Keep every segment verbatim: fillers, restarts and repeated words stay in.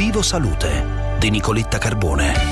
Obiettivo Salute di Nicoletta Carbone.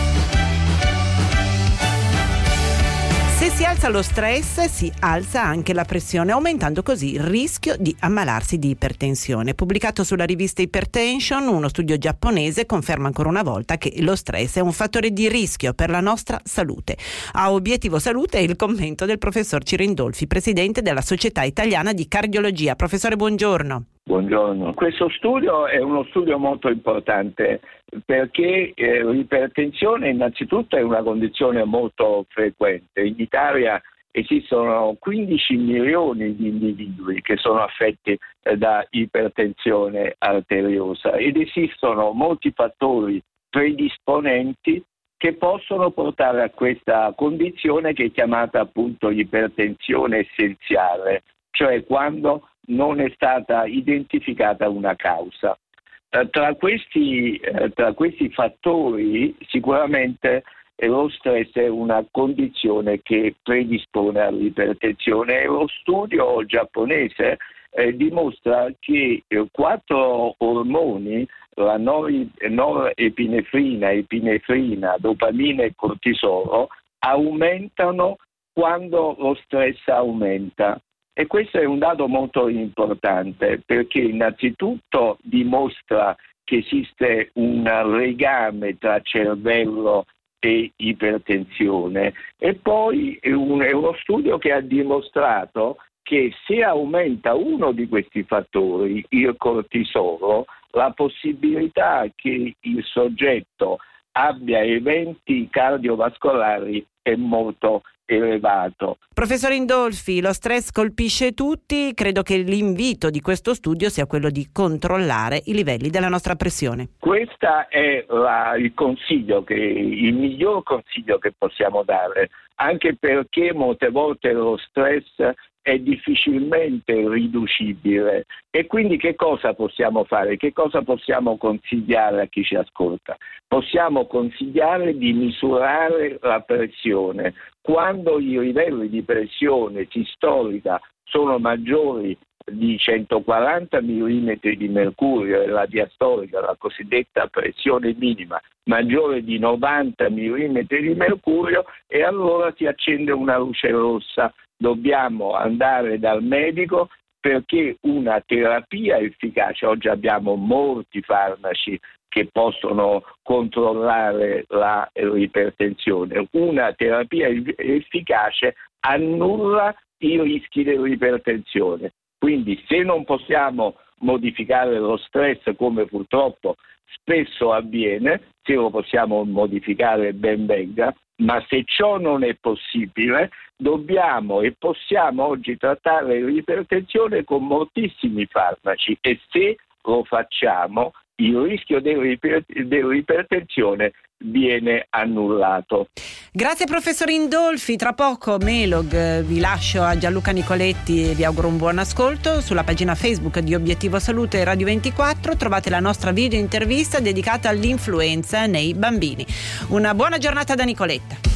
Se si alza lo stress, si alza anche la pressione, aumentando così il rischio di ammalarsi di ipertensione. Pubblicato sulla rivista Hypertension, uno studio giapponese conferma ancora una volta che lo stress è un fattore di rischio per la nostra salute. A Obiettivo Salute è il commento del professor Ciro Indolfi, presidente della Società Italiana di Cardiologia. Professore, buongiorno. Buongiorno. Questo studio è uno studio molto importante perché eh, l'ipertensione innanzitutto è una condizione molto frequente. In Italia esistono quindici milioni di individui che sono affetti eh, da ipertensione arteriosa ed esistono molti fattori predisponenti che possono portare a questa condizione che è chiamata appunto ipertensione essenziale, cioè quando non è stata identificata una causa. Eh, tra questi, eh, tra questi fattori sicuramente eh, lo stress è una condizione che predispone all'ipertensione e lo studio giapponese eh, dimostra che eh, quattro ormoni, la nor- norepinefrina, epinefrina, dopamina e cortisolo, aumentano quando lo stress aumenta. E questo è un dato molto importante perché innanzitutto dimostra che esiste un legame tra cervello e ipertensione e poi è, un, è uno studio che ha dimostrato che se aumenta uno di questi fattori, il cortisolo, la possibilità che il soggetto abbia eventi cardiovascolari è molto elevato. Professor Indolfi, lo stress colpisce tutti, credo che l'invito di questo studio sia quello di controllare i livelli della nostra pressione. Questo è la, il consiglio, che, il miglior consiglio che possiamo dare, anche perché molte volte lo stress è difficilmente riducibile e quindi che cosa possiamo fare? Che cosa possiamo consigliare a chi ci ascolta? Possiamo consigliare di misurare la pressione. Quando i livelli di pressione sistolica sono maggiori di centoquaranta millimetri di mercurio e la diastolica, la cosiddetta pressione minima, maggiore di novanta millimetri di mercurio, e allora si accende una luce rossa. Dobbiamo andare dal medico perché una terapia efficace, oggi abbiamo molti farmaci che possono controllare la, l'ipertensione, una terapia efficace annulla i rischi dell'ipertensione. Quindi se non possiamo modificare lo stress, come purtroppo spesso avviene, se lo possiamo modificare ben venga, ma se ciò non è possibile dobbiamo e possiamo oggi trattare l'ipertensione con moltissimi farmaci e se lo facciamo il rischio dell'iper- dell'ipertensione viene annullato. Grazie professor Indolfi, tra poco Melog, vi lascio a Gianluca Nicoletti e vi auguro un buon ascolto. Sulla pagina Facebook di Obiettivo Salute Radio ventiquattro trovate la nostra video intervista dedicata all'influenza nei bambini. Una buona giornata da Nicoletta.